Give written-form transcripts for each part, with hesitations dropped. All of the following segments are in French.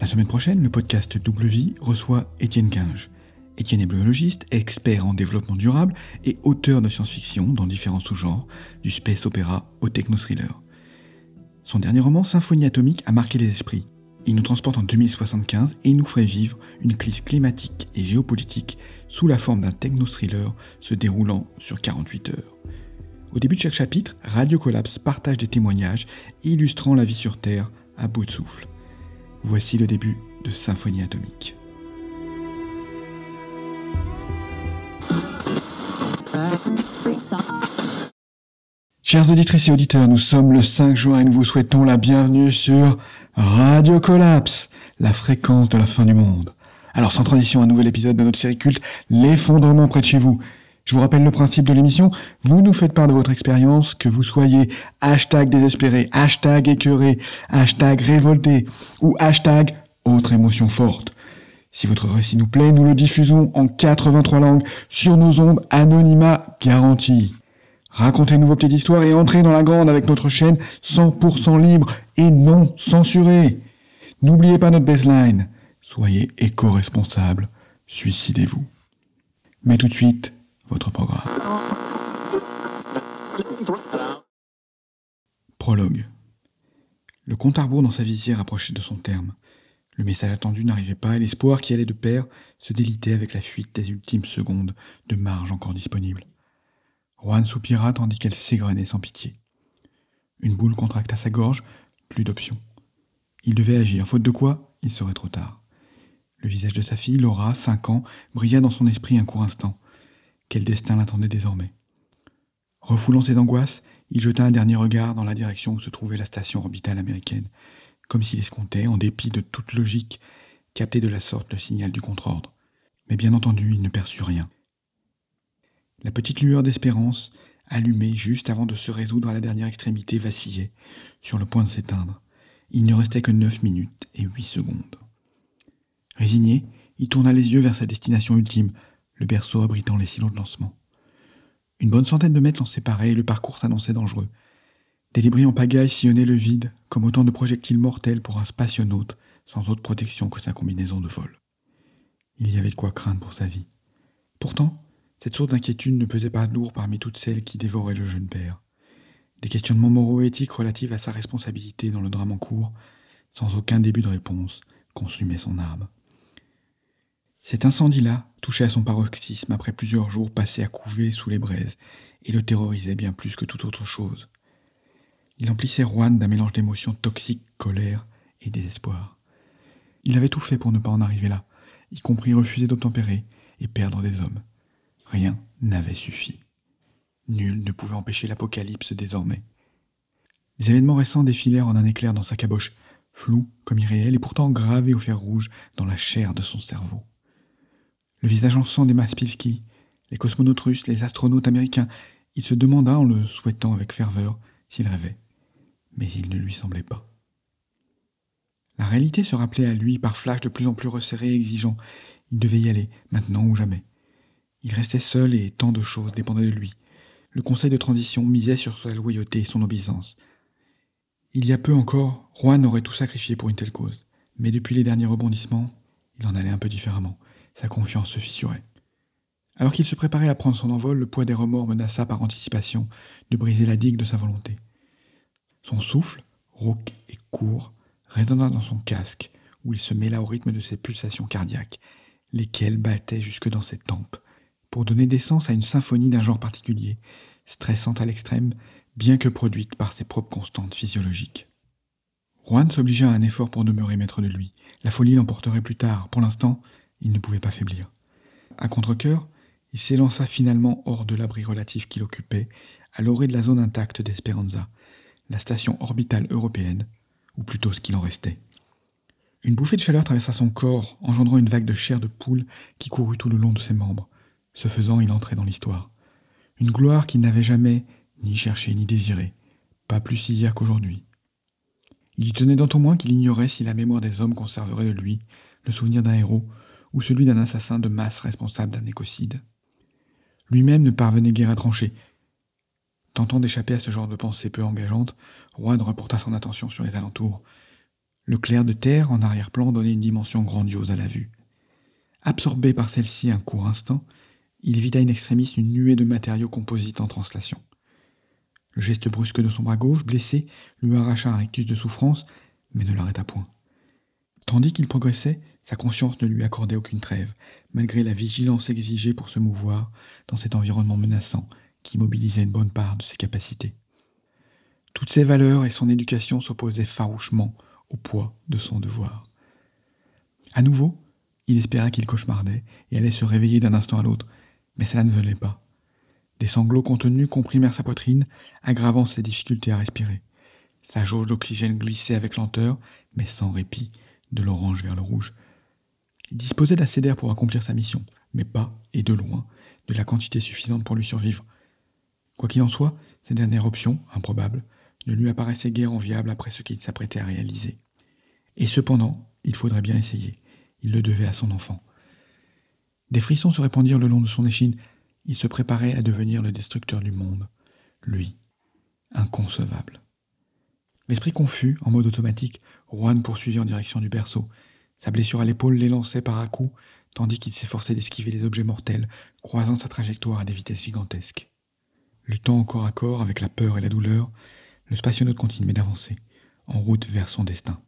La semaine prochaine, le podcast Double Vie reçoit Étienne Quinge. Étienne est biologiste, expert en développement durable et auteur de science-fiction dans différents sous-genres, du space opéra au techno-thriller. Son dernier roman, Symphonie atomique, a marqué les esprits. Il nous transporte en 2075 et il nous ferait vivre une crise climatique et géopolitique sous la forme d'un techno-thriller se déroulant sur 48 heures. Au début de chaque chapitre, Radio Collapse partage des témoignages illustrant la vie sur Terre à bout de souffle. Voici le début de Symphonie atomique. Chers auditrices et auditeurs, nous sommes le 5 juin et nous vous souhaitons la bienvenue sur Radio Collapse, la fréquence de la fin du monde. Alors sans transition, un nouvel épisode de notre série culte, l'effondrement près de chez vous. Je vous rappelle le principe de l'émission, vous nous faites part de votre expérience, que vous soyez #désespéré, #écœuré, #révolté ou #autre émotion forte. Si votre récit nous plaît, nous le diffusons en 83 langues sur nos ondes, anonymat garanti. Racontez-nous vos petites histoires et entrez dans la grande avec notre chaîne 100% libre et non censurée. N'oubliez pas notre baseline. Soyez éco-responsables. Suicidez-vous. Mais tout de suite, votre programme. Prologue. Le compte à rebours dans sa visière approchait de son terme. Le message attendu n'arrivait pas et l'espoir qui allait de pair se délitait avec la fuite des ultimes secondes de marge encore disponibles. Juan soupira tandis qu'elle s'égrenait sans pitié. Une boule contracta sa gorge, plus d'option. Il devait agir, faute de quoi, il serait trop tard. Le visage de sa fille, Laura, 5 ans, brilla dans son esprit un court instant. Quel destin l'attendait désormais? Refoulant ses angoisses, il jeta un dernier regard dans la direction où se trouvait la station orbitale américaine, comme s'il escomptait, en dépit de toute logique, capter de la sorte le signal du contre-ordre. Mais bien entendu, il ne perçut rien. La petite lueur d'espérance, allumée juste avant de se résoudre à la dernière extrémité, vacillait, sur le point de s'éteindre. Il ne restait que 9 minutes et 8 secondes. Résigné, il tourna les yeux vers sa destination ultime, le berceau abritant les silos de lancement. Une bonne centaine de mètres l'en séparaient et le parcours s'annonçait dangereux. Des débris en pagaille sillonnaient le vide, comme autant de projectiles mortels pour un spationaute, sans autre protection que sa combinaison de vol. Il y avait de quoi craindre pour sa vie. Pourtant, cette source d'inquiétude ne pesait pas lourd parmi toutes celles qui dévoraient le jeune père. Des questionnements moraux et éthiques relatifs à sa responsabilité dans le drame en cours, sans aucun début de réponse, consumaient son âme. Cet incendie-là touchait à son paroxysme après plusieurs jours passés à couver sous les braises et le terrorisait bien plus que toute autre chose. Il emplissait Juan d'un mélange d'émotions toxiques, colère et désespoir. Il avait tout fait pour ne pas en arriver là, y compris refuser d'obtempérer et perdre des hommes. Rien n'avait suffi. Nul ne pouvait empêcher l'apocalypse désormais. Les événements récents défilèrent en un éclair dans sa caboche, flou comme irréel et pourtant gravé au fer rouge dans la chair de son cerveau. Le visage en sang des Maspilski, les cosmonautes russes, les astronautes américains, il se demanda en le souhaitant avec ferveur s'il rêvait. Mais il ne lui semblait pas. La réalité se rappelait à lui par flash de plus en plus resserré et exigeant. Il devait y aller, maintenant ou jamais. Il restait seul et tant de choses dépendaient de lui. Le conseil de transition misait sur sa loyauté et son obéissance. Il y a peu encore, Juan aurait tout sacrifié pour une telle cause. Mais depuis les derniers rebondissements, il en allait un peu différemment. Sa confiance se fissurait. Alors qu'il se préparait à prendre son envol, le poids des remords menaça par anticipation de briser la digue de sa volonté. Son souffle, rauque et court, résonna dans son casque, où il se mêla au rythme de ses pulsations cardiaques, lesquelles battaient jusque dans ses tempes, pour donner naissance à une symphonie d'un genre particulier, stressante à l'extrême, bien que produite par ses propres constantes physiologiques. Juan s'obligea à un effort pour demeurer maître de lui. La folie l'emporterait plus tard. Pour l'instant, il ne pouvait pas faiblir. À contre-cœur, il s'élança finalement hors de l'abri relatif qu'il occupait, à l'orée de la zone intacte d'Esperanza, la station orbitale européenne, ou plutôt ce qu'il en restait. Une bouffée de chaleur traversa son corps, engendrant une vague de chair de poule qui courut tout le long de ses membres. Ce faisant, il entrait dans l'histoire. Une gloire qu'il n'avait jamais ni cherchée ni désirée, pas plus hier qu'aujourd'hui. Il y tenait d'autant moins qu'il ignorait si la mémoire des hommes conserverait de lui le souvenir d'un héros ou celui d'un assassin de masse responsable d'un écocide. Lui-même ne parvenait guère à trancher. Tentant d'échapper à ce genre de pensée peu engageante, Juan reporta son attention sur les alentours. Le clair de terre en arrière-plan donnait une dimension grandiose à la vue. Absorbé par celle-ci un court instant, il évita in extremis une nuée de matériaux composites en translation. Le geste brusque de son bras gauche, blessé, lui arracha un rictus de souffrance, mais ne l'arrêta point. Tandis qu'il progressait, sa conscience ne lui accordait aucune trêve, malgré la vigilance exigée pour se mouvoir dans cet environnement menaçant qui mobilisait une bonne part de ses capacités. Toutes ses valeurs et son éducation s'opposaient farouchement au poids de son devoir. À nouveau, il espéra qu'il cauchemardait et allait se réveiller d'un instant à l'autre, mais cela ne venait pas. Des sanglots contenus comprimèrent sa poitrine, aggravant ses difficultés à respirer. Sa jauge d'oxygène glissait avec lenteur, mais sans répit, de l'orange vers le rouge. Il disposait d'assez d'air pour accomplir sa mission, mais pas, et de loin, de la quantité suffisante pour lui survivre. Quoi qu'il en soit, cette dernière option, improbable, ne lui apparaissait guère enviable après ce qu'il s'apprêtait à réaliser. Et cependant, il faudrait bien essayer. Il le devait à son enfant. Des frissons se répandirent le long de son échine. Il se préparait à devenir le destructeur du monde. Lui, inconcevable. L'esprit confus, en mode automatique, Juan poursuivit en direction du berceau. Sa blessure à l'épaule l'élançait par à-coups, tandis qu'il s'efforçait d'esquiver les objets mortels, croisant sa trajectoire à des vitesses gigantesques. Luttant au corps à corps avec la peur et la douleur, le spationaute continuait d'avancer, en route vers son destin.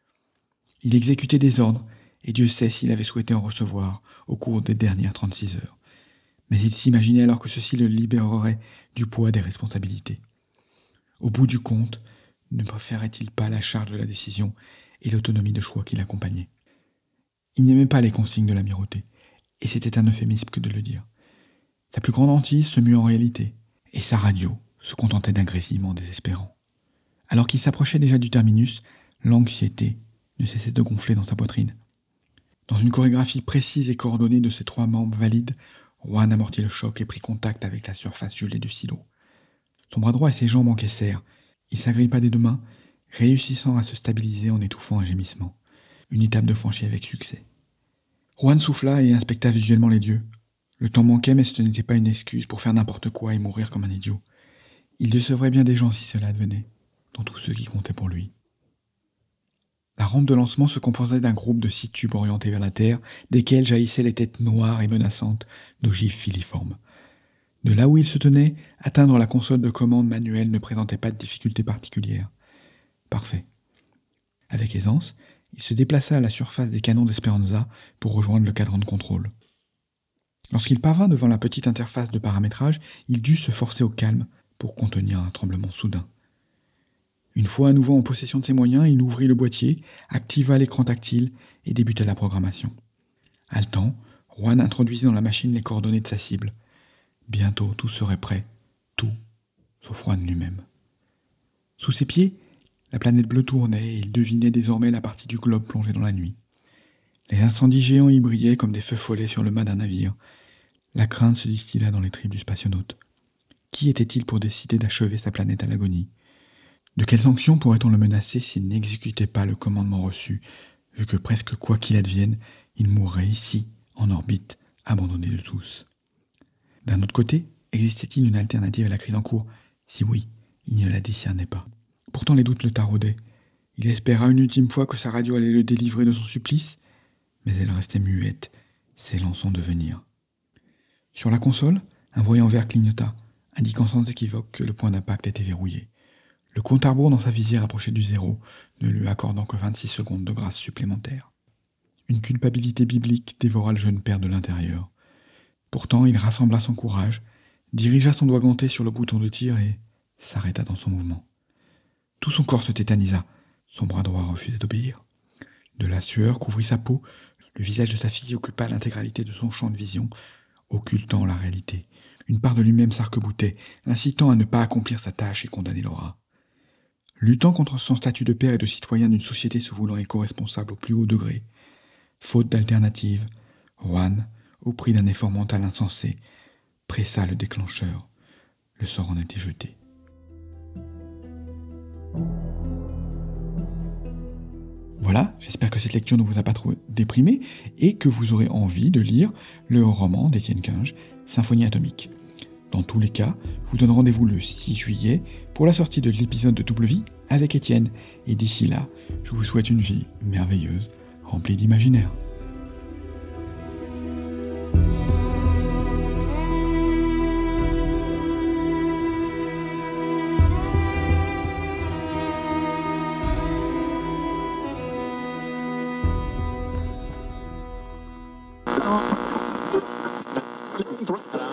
Il exécutait des ordres, et Dieu sait s'il avait souhaité en recevoir au cours des dernières 36 heures. Mais il s'imaginait alors que ceci le libérerait du poids des responsabilités. Au bout du compte, ne préférait-il pas la charge de la décision et l'autonomie de choix qui l'accompagnait? Il n'aimait pas les consignes de l'amirauté, et c'était un euphémisme que de le dire. Sa plus grande hantise se mue en réalité, et sa radio se contentait d'un grésillement désespérant. Alors qu'il s'approchait déjà du terminus, l'anxiété ne cessait de gonfler dans sa poitrine. Dans une chorégraphie précise et coordonnée de ses 3 membres valides, Juan amortit le choc et prit contact avec la surface gelée du silo. Son bras droit et ses jambes encaissèrent. Il s'agrippa des 2 mains, réussissant à se stabiliser en étouffant un gémissement. Une étape de franchie avec succès. Juan souffla et inspecta visuellement les dieux. Le temps manquait, mais ce n'était pas une excuse pour faire n'importe quoi et mourir comme un idiot. Il décevrait bien des gens si cela advenait, dont tous ceux qui comptaient pour lui. La rampe de lancement se composait d'un groupe de 6 tubes orientés vers la terre, desquels jaillissaient les têtes noires et menaçantes d'ogives filiformes. De là où il se tenait, atteindre la console de commande manuelle ne présentait pas de difficulté particulière. Parfait. Avec aisance, il se déplaça à la surface des canons d'Esperanza pour rejoindre le cadran de contrôle. Lorsqu'il parvint devant la petite interface de paramétrage, il dut se forcer au calme pour contenir un tremblement soudain. Une fois à nouveau en possession de ses moyens, il ouvrit le boîtier, activa l'écran tactile et débuta la programmation. Haletant, Juan introduisit dans la machine les coordonnées de sa cible. Bientôt, tout serait prêt. Tout, sauf Juan lui-même. Sous ses pieds, la planète bleue tournait et il devinait désormais la partie du globe plongée dans la nuit. Les incendies géants y brillaient comme des feux follets sur le mât d'un navire. La crainte se distilla dans les tripes du spationaute. Qui était-il pour décider d'achever sa planète à l'agonie? De quelles sanctions pourrait-on le menacer s'il n'exécutait pas le commandement reçu, vu que presque quoi qu'il advienne, il mourrait ici, en orbite, abandonné de tous? D'un autre côté, existait-il une alternative à la crise en cours? Si oui, il ne la discernait pas. Pourtant les doutes le taraudaient. Il espéra une ultime fois que sa radio allait le délivrer de son supplice, mais elle restait muette, scellant son devenir. Sur la console, un voyant vert clignota, indiquant sans équivoque que le point d'impact était verrouillé. Le compte à rebours dans sa visière approchait du 0, ne lui accordant que 26 secondes de grâce supplémentaire. Une culpabilité biblique dévora le jeune père de l'intérieur. Pourtant, il rassembla son courage, dirigea son doigt ganté sur le bouton de tir et s'arrêta dans son mouvement. Tout son corps se tétanisa, son bras droit refusait d'obéir. De la sueur couvrit sa peau, le visage de sa fille occupa l'intégralité de son champ de vision, occultant la réalité. Une part de lui-même s'arc-boutait, l'incitant à ne pas accomplir sa tâche et condamner Laura. Luttant contre son statut de père et de citoyen d'une société se voulant éco-responsable au plus haut degré, faute d'alternative, Juan, au prix d'un effort mental insensé, pressa le déclencheur. Le sort en était jeté. Voilà, j'espère que cette lecture ne vous a pas trop déprimé et que vous aurez envie de lire le roman d'Étienne Quinge, Symphonie atomique. Dans tous les cas, je vous donne rendez-vous le 6 juillet pour la sortie de l'épisode de Double Vie avec Étienne. Et d'ici là, je vous souhaite une vie merveilleuse, remplie d'imaginaire. Voilà.